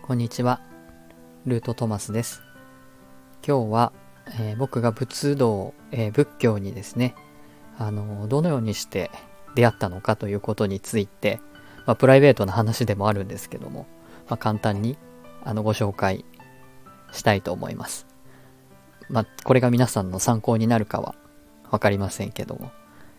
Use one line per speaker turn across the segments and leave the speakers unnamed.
こんにちは、ルートトマスです。今日は、僕が仏道、仏教にですね、どのようにして出会ったのかということについて、プライベートな話でもあるんですけども、簡単にご紹介したいと思います。これが皆さんの参考になるかはわかりませんけども、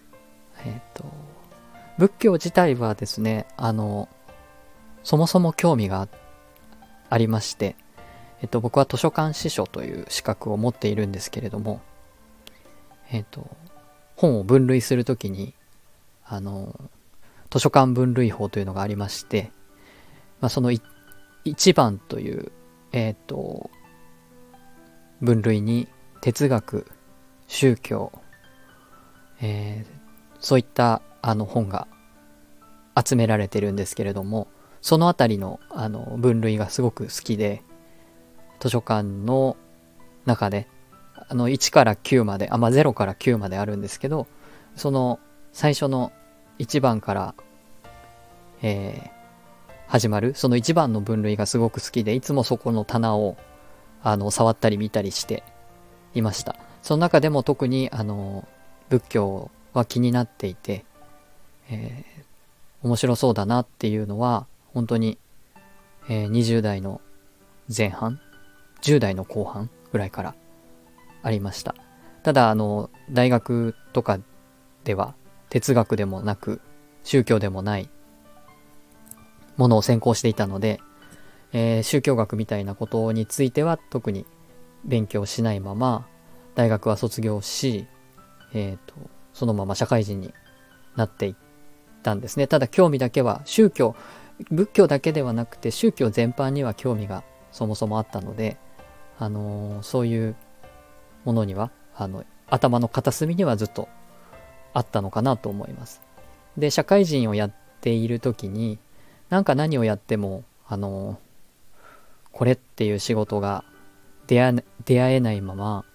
仏教自体はですね、そもそも興味がありまして、僕は図書館司書という資格を持っているんですけれども、本を分類するときに、図書館分類法というのがありまして、その1番という、分類に哲学、宗教、そういった本が集められてるんですけれども、そのあたりの分類がすごく好きで、図書館の中で1から9まで、0から9まであるんですけど、その最初の1番から、始まるその1番の分類がすごく好きで、いつもそこの棚を触ったり見たりしていました。その中でも特に仏教は気になっていて、面白そうだなっていうのは本当に、20代の前半、10代の後半ぐらいからありました。ただ大学とかでは哲学でもなく宗教でもないものを専攻していたので、宗教学みたいなことについては特に勉強しないまま大学は卒業し、そのまま社会人になっていったんですね。ただ興味だけは仏教だけではなくて宗教全般には興味がそもそもあったので、そういうものには頭の片隅にはずっとあったのかなと思います。で、社会人をやっている時に何をやってもこれっていう仕事が出会えないまま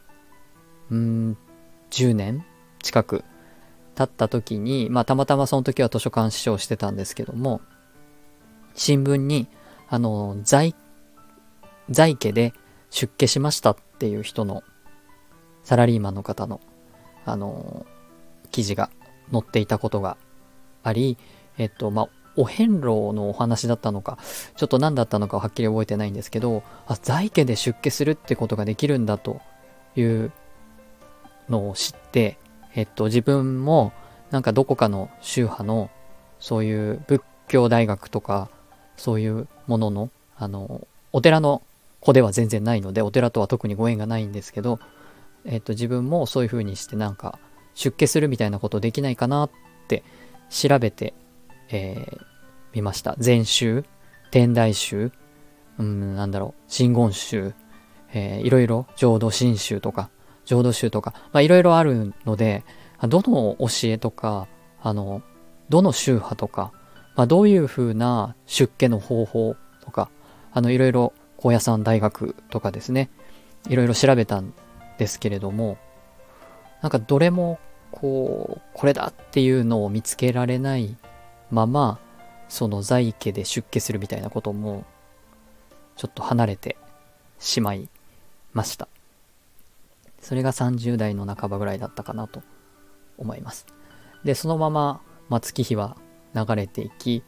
10年近く経った時に、たまたまその時は図書館司書をしてたんですけども、新聞に在家で出家しましたっていう人のサラリーマンの方の記事が載っていたことがあり、お遍路のお話だったのかちょっと何だったのかはっきり覚えてないんですけど、在家で出家するってことができるんだというのを知って、自分もどこかの宗派のそういう仏教大学とかそういうもののお寺の子では全然ないので、お寺とは特にご縁がないんですけど、自分もそういう風にして出家するみたいなことできないかなって調べて、みました。禅宗、天台宗、真言宗、いろいろ浄土真宗とか浄土宗とか、いろいろあるので、どの教えとかどの宗派とか、どういう風な出家の方法とかいろいろ高野山大学とかですね、いろいろ調べたんですけれども、どれもこれだっていうのを見つけられないまま、その在家で出家するみたいなこともちょっと離れてしまいました。それが30代の半ばぐらいだったかなと思います。で、そのまま、月日は流れていき、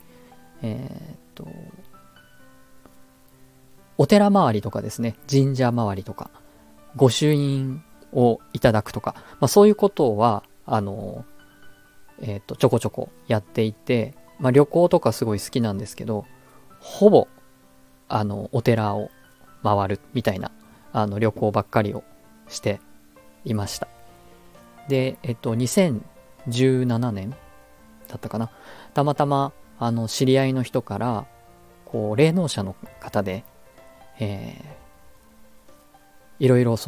お寺周りとかですね、神社周りとか、御朱印をいただくとか、そういうことはちょこちょこやっていて、旅行とかすごい好きなんですけど、ほぼお寺を回るみたいな旅行ばっかりをしていました。で、2017年だったかな、たまたま知り合いの人から霊能者の方で、いろいろ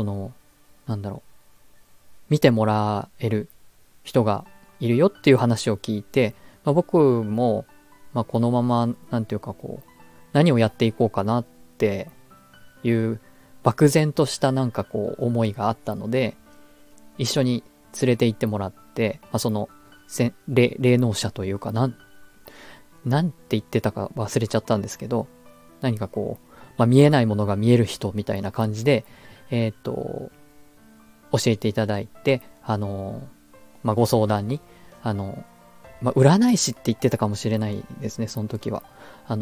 見てもらえる人がいるよっていう話を聞いて、僕も、このまま何をやっていこうかなっていう漠然とした思いがあったので、一緒に連れて行ってもらって、その霊能者というかなんて言ってたか忘れちゃったんですけど、何か見えないものが見える人みたいな感じで、教えていただいて、ご相談に、占い師って言ってたかもしれないですね、その時は。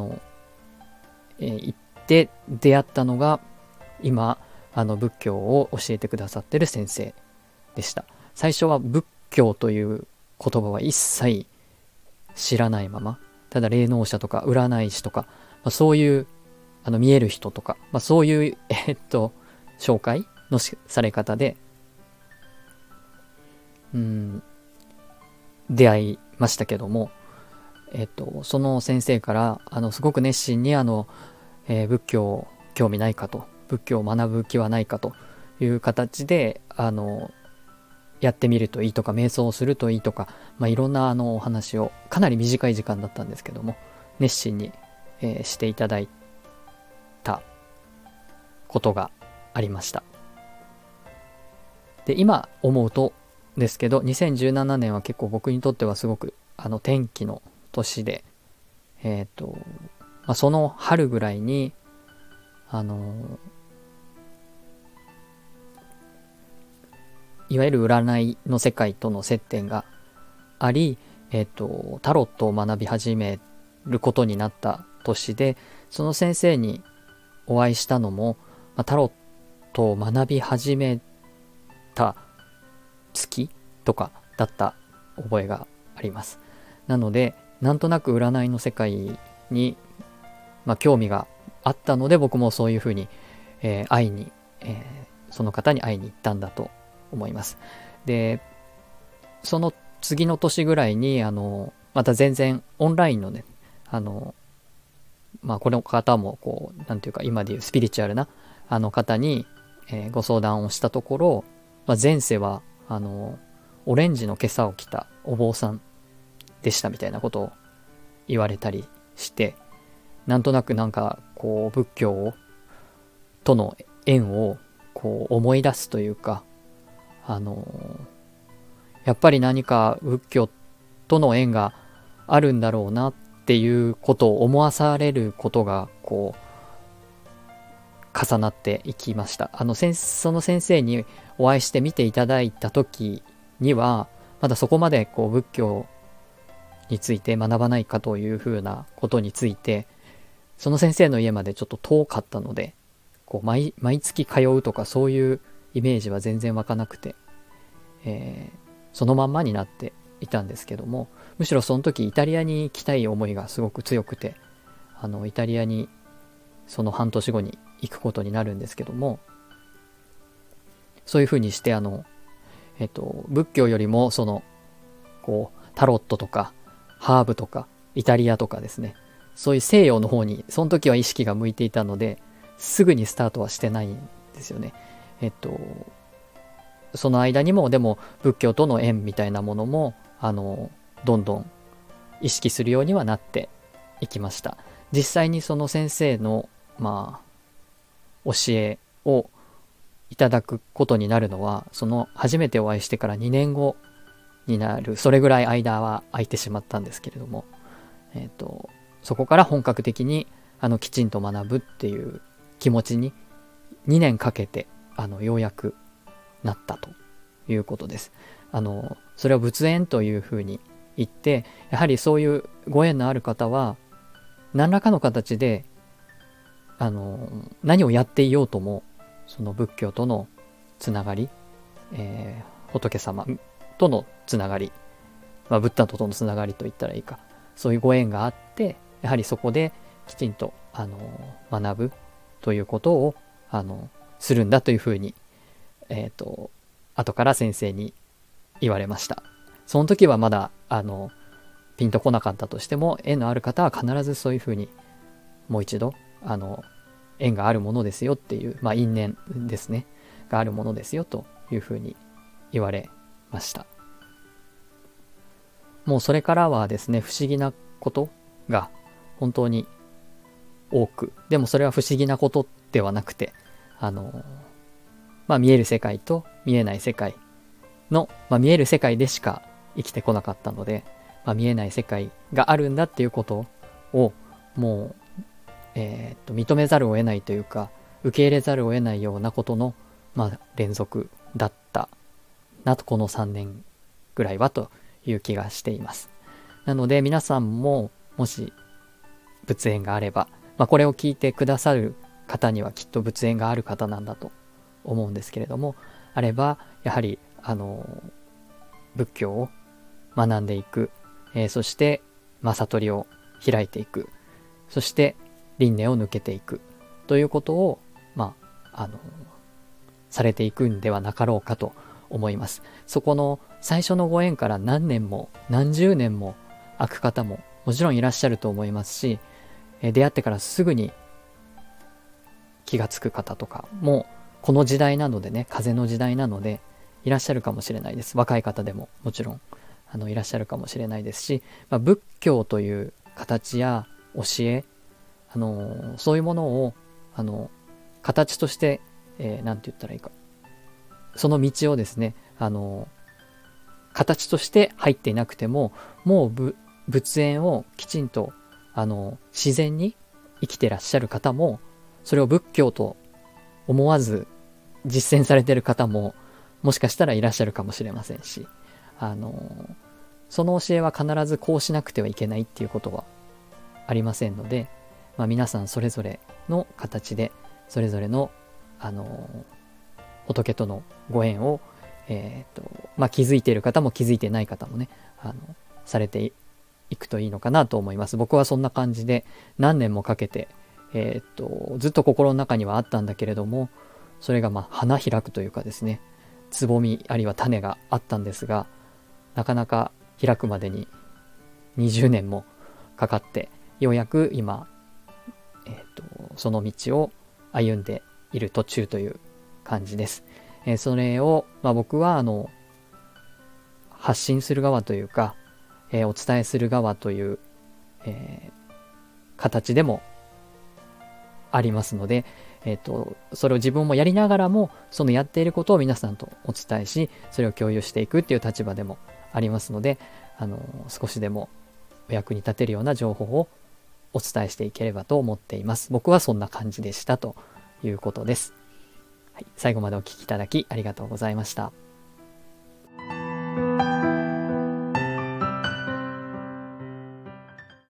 行って出会ったのが、今、仏教を教えてくださってる先生でした。最初は仏教という言葉は一切知らないまま、ただ霊能者とか占い師とか、そういう見える人とか、そういう紹介のされ方で出会いましたけども、その先生からすごく熱心に仏教興味ないかと、仏教を学ぶ気はないかという形でやってみるといいとか、瞑想をするといいとか、いろんなお話を、かなり短い時間だったんですけども、熱心に、していただいたことがありました。で、今思うとですけど、2017年は結構僕にとってはすごく転機の年で、その春ぐらいにいわゆる占いの世界との接点があり、タロットを学び始めることになった年で、その先生にお会いしたのも、タロットを学び始めた月とかだった覚えがあります。なので、なんとなく占いの世界に、興味があったので、僕もそういうふうに、会いに、その方に会いに行ったんだと思います。で、その次の年ぐらいにまた全然オンラインのね、この方もこうなんていうか、今でいうスピリチュアルな方に、ご相談をしたところ、前世はオレンジの袈裟を着たお坊さんでしたみたいなことを言われたりして、なんとなくこう仏教との縁をこう思い出すというか、やっぱり何か仏教との縁があるんだろうなっていうことを思わされることがこう重なっていきました。その先生にお会いして見ていただいた時には、まだそこまでこう仏教について学ばないかというふうなことについて、その先生の家までちょっと遠かったので、こう毎月通うとかそういうイメージは全然湧かなくて、そのまんまになっていたんですけども、むしろその時イタリアに行きたい思いがすごく強くて、イタリアにその半年後に行くことになるんですけども、そういうふうにして仏教よりもこうタロットとかハーブとかイタリアとかですね、そういう西洋の方にその時は意識が向いていたので、すぐにスタートはしてないんですよね。その間にもでも仏教との縁みたいなものもどんどん意識するようにはなっていきました。実際にその先生の教えをいただくことになるのは、その初めてお会いしてから2年後になる、それぐらい間は空いてしまったんですけれども、そこから本格的にきちんと学ぶっていう気持ちに2年かけてようやくなったということです。それは仏縁というふうに言って、やはりそういうご縁のある方は何らかの形で何をやっていようとも、その仏教とのつながり、仏様とのつながり、ブッダとのつながりと言ったらいいか、そういうご縁があって、やはりそこできちんと学ぶということをするんだというふうに後から先生に言われました。その時はまだピンとこなかったとしても、縁のある方は必ずそういうふうにもう一度縁があるものですよっていう、因縁ですねがあるものですよというふうに言われました。もうそれからはですね、不思議なことが本当に多く、でもそれは不思議なことではなくて、見える世界と見えない世界の、見える世界でしか生きてこなかったので、見えない世界があるんだっていうことをもう、 認めざるを得ないというか、受け入れざるを得ないようなことの、連続だったなと、この3年ぐらいはという気がしています。なので皆さんももし仏縁があれば、これを聞いてくださる方にはきっと仏縁がある方なんだと思うんですけれども、あればやはり仏教を学んでいく、そして、悟りを開いていく、そして輪廻を抜けていくということを、されていくんではなかろうかと思います。そこの最初のご縁から何年も何十年も空く方ももちろんいらっしゃると思いますし、出会ってからすぐに気がつく方とかもこの時代なのでね、風の時代なのでいらっしゃるかもしれないです。若い方でももちろんいらっしゃるかもしれないですし、仏教という形や教え、そういうものを形として、なんて言ったらいいか、その道をですね、形として入っていなくても、もう仏縁をきちんと自然に生きてらっしゃる方も、それを仏教と思わず実践されている方ももしかしたらいらっしゃるかもしれませんし、その教えは必ずこうしなくてはいけないっていうことはありませんので、皆さんそれぞれの形でそれぞれの仏とのご縁を、気づいている方も気づいてない方もね、されていくといいのかなと思います。僕はそんな感じで何年もかけて、ずっと心の中にはあったんだけれども、それが花開くというかですね、つぼみあるいは種があったんですが、なかなか開くまでに20年もかかって、ようやく今、その道を歩んでいる途中という感じです。それを、僕は発信する側というか、お伝えする側という、形でもありますので、それを自分もやりながらも、そのやっていることを皆さんとお伝えし、それを共有していくっていう立場でもありますので、少しでもお役に立てるような情報をお伝えしていければと思っています。僕はそんな感じでしたということです。はい、最後までお聞きいただきありがとうございました。